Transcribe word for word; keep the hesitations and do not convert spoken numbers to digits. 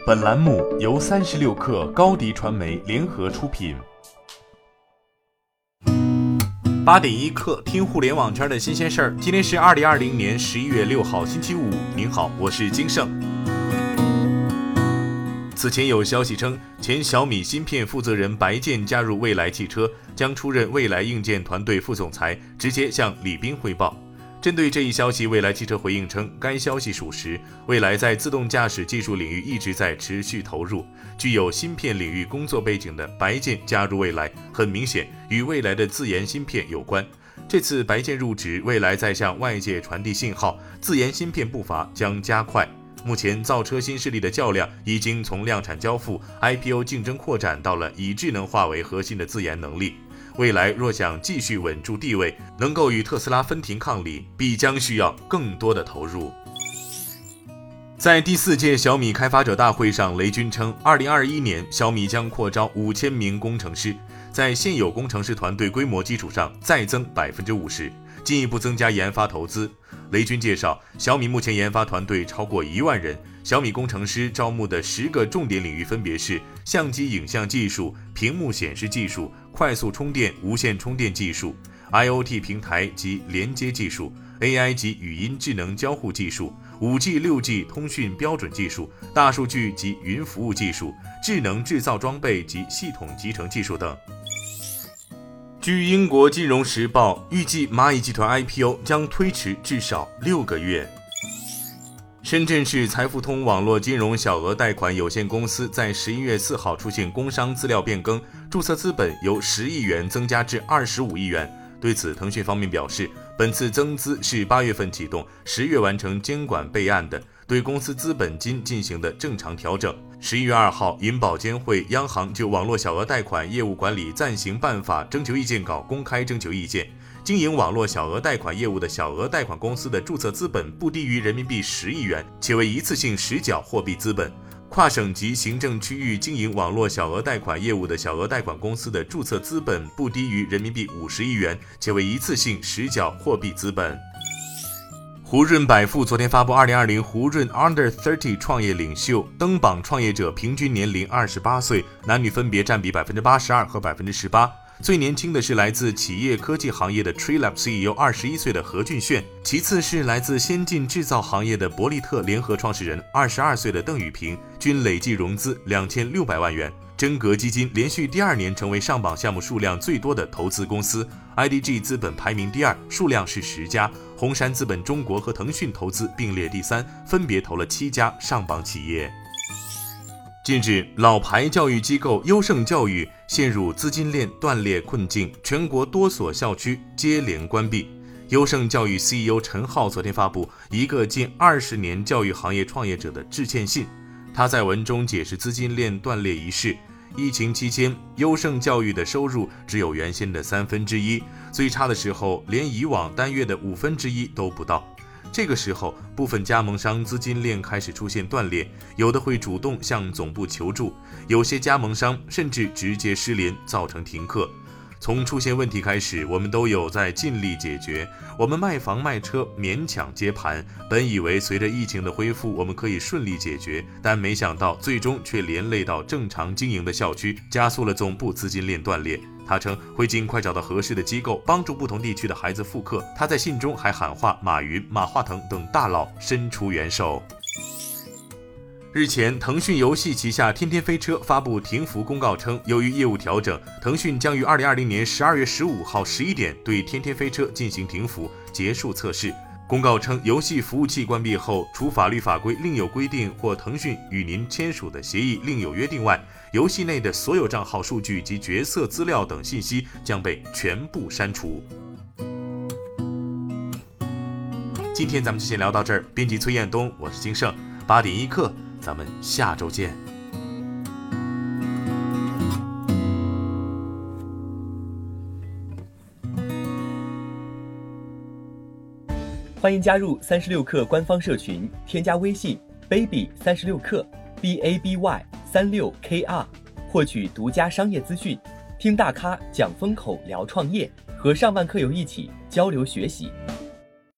本栏目由三十六氪高低传媒联合出品。八点一刻，听互联网圈的新鲜事儿。今天是二零二零年十一月六号，星期五。您好，我是金盛。此前有消息称，前小米芯片负责人白健加入蔚来汽车，将出任蔚来硬件团队副总裁，直接向李斌汇报。针对这一消息，蔚来汽车回应称，该消息属实。蔚来在自动驾驶技术领域一直在持续投入。具有芯片领域工作背景的白健加入蔚来，很明显与蔚来的自研芯片有关。这次白健入职，蔚来在向外界传递信号，自研芯片步伐将加快。目前造车新势力的较量已经从量产交付、I P O 竞争扩展到了以智能化为核心的自研能力。未来若想继续稳住地位，能够与特斯拉分庭抗礼，必将需要更多的投入。在第四届小米开发者大会上，雷军称，二零二一年小米将扩招五千名工程师，在现有工程师团队规模基础上再增 百分之五十， 进一步增加研发投资。雷军介绍，小米目前研发团队超过一万人，小米工程师招募的十个重点领域分别是相机影像技术、屏幕显示技术、快速充电、无线充电技术、I O T 平台及连接技术、A I 及语音智能交互技术、五 G、六 G 通讯标准技术、大数据及云服务技术、智能制造装备及系统集成技术等。据英国金融时报，预计蚂蚁集团 I P O 将推迟至少六个月。深圳市财付通网络金融小额贷款有限公司在十一月四号出现工商资料变更，注册资本由十亿元增加至二十五亿元。对此，腾讯方面表示，本次增资是八月份启动，十月完成监管备案的，对公司资本金进行的正常调整。十一月二号，银保监会、央行就网络小额贷款业务管理暂行办法征求意见稿公开征求意见。经营网络小额贷款业务的小额贷款公司的注册资本不低于人民币十亿元，且为一次性实缴货币资本。跨省级行政区域经营网络小额贷款业务的小额贷款公司的注册资本不低于人民币五十亿元，且为一次性实缴货币资本。胡润百富昨天发布二零二零胡润 Under 三十 创业领袖登榜创业者平均年龄二十八岁，男女分别占比 百分之八十二 和 百分之十八。最年轻的是来自企业科技行业的 Treelab C E O 二十一岁的何俊炫，其次是来自先进制造行业的伯利特联合创始人二十二岁的邓宇平，均累计融资两千六百万元。真格基金连续第二年成为上榜项目数量最多的投资公司， I D G 资本排名第二，数量是十家，红杉资本中国和腾讯投资并列第三，分别投了七家上榜企业。近日，老牌教育机构优胜教育陷入资金链断裂困境，全国多所校区接连关闭。优胜教育 C E O 陈浩昨天发布一个近二十年教育行业创业者的致歉信，他在文中解释资金链断裂一事。疫情期间，优胜教育的收入只有原先的三分之一，最差的时候连以往单月的五分之一都不到。这个时候，部分加盟商资金链开始出现断裂，有的会主动向总部求助，有些加盟商甚至直接失联，造成停课。从出现问题开始，我们都有在尽力解决。我们卖房卖车勉强接盘，本以为随着疫情的恢复，我们可以顺利解决，但没想到最终却连累到正常经营的校区，加速了总部资金链断裂。他称会尽快找到合适的机构，帮助不同地区的孩子复课。他在信中还喊话马云、马化腾等大佬伸出援手。日前，腾讯游戏旗下天天飞车发布停服公告称，由于业务调整，腾讯将于二零二零年十二月十五号十一点对天天飞车进行停服，结束测试。公告称，游戏服务器关闭后，除法律法规另有规定或腾讯与您签署的协议另有约定外，游戏内的所有账号数据及角色资料等信息将被全部删除。今天咱们就先聊到这儿，编辑崔彦东，我是金盛，八点一刻，咱们下周见。 欢迎加入三十六氪官方社群，添加微信 baby 三十六氪 b a b y 三六 k r， 获取独家商业资讯，听大咖讲风口，聊创业，和上万课友一起交流学习。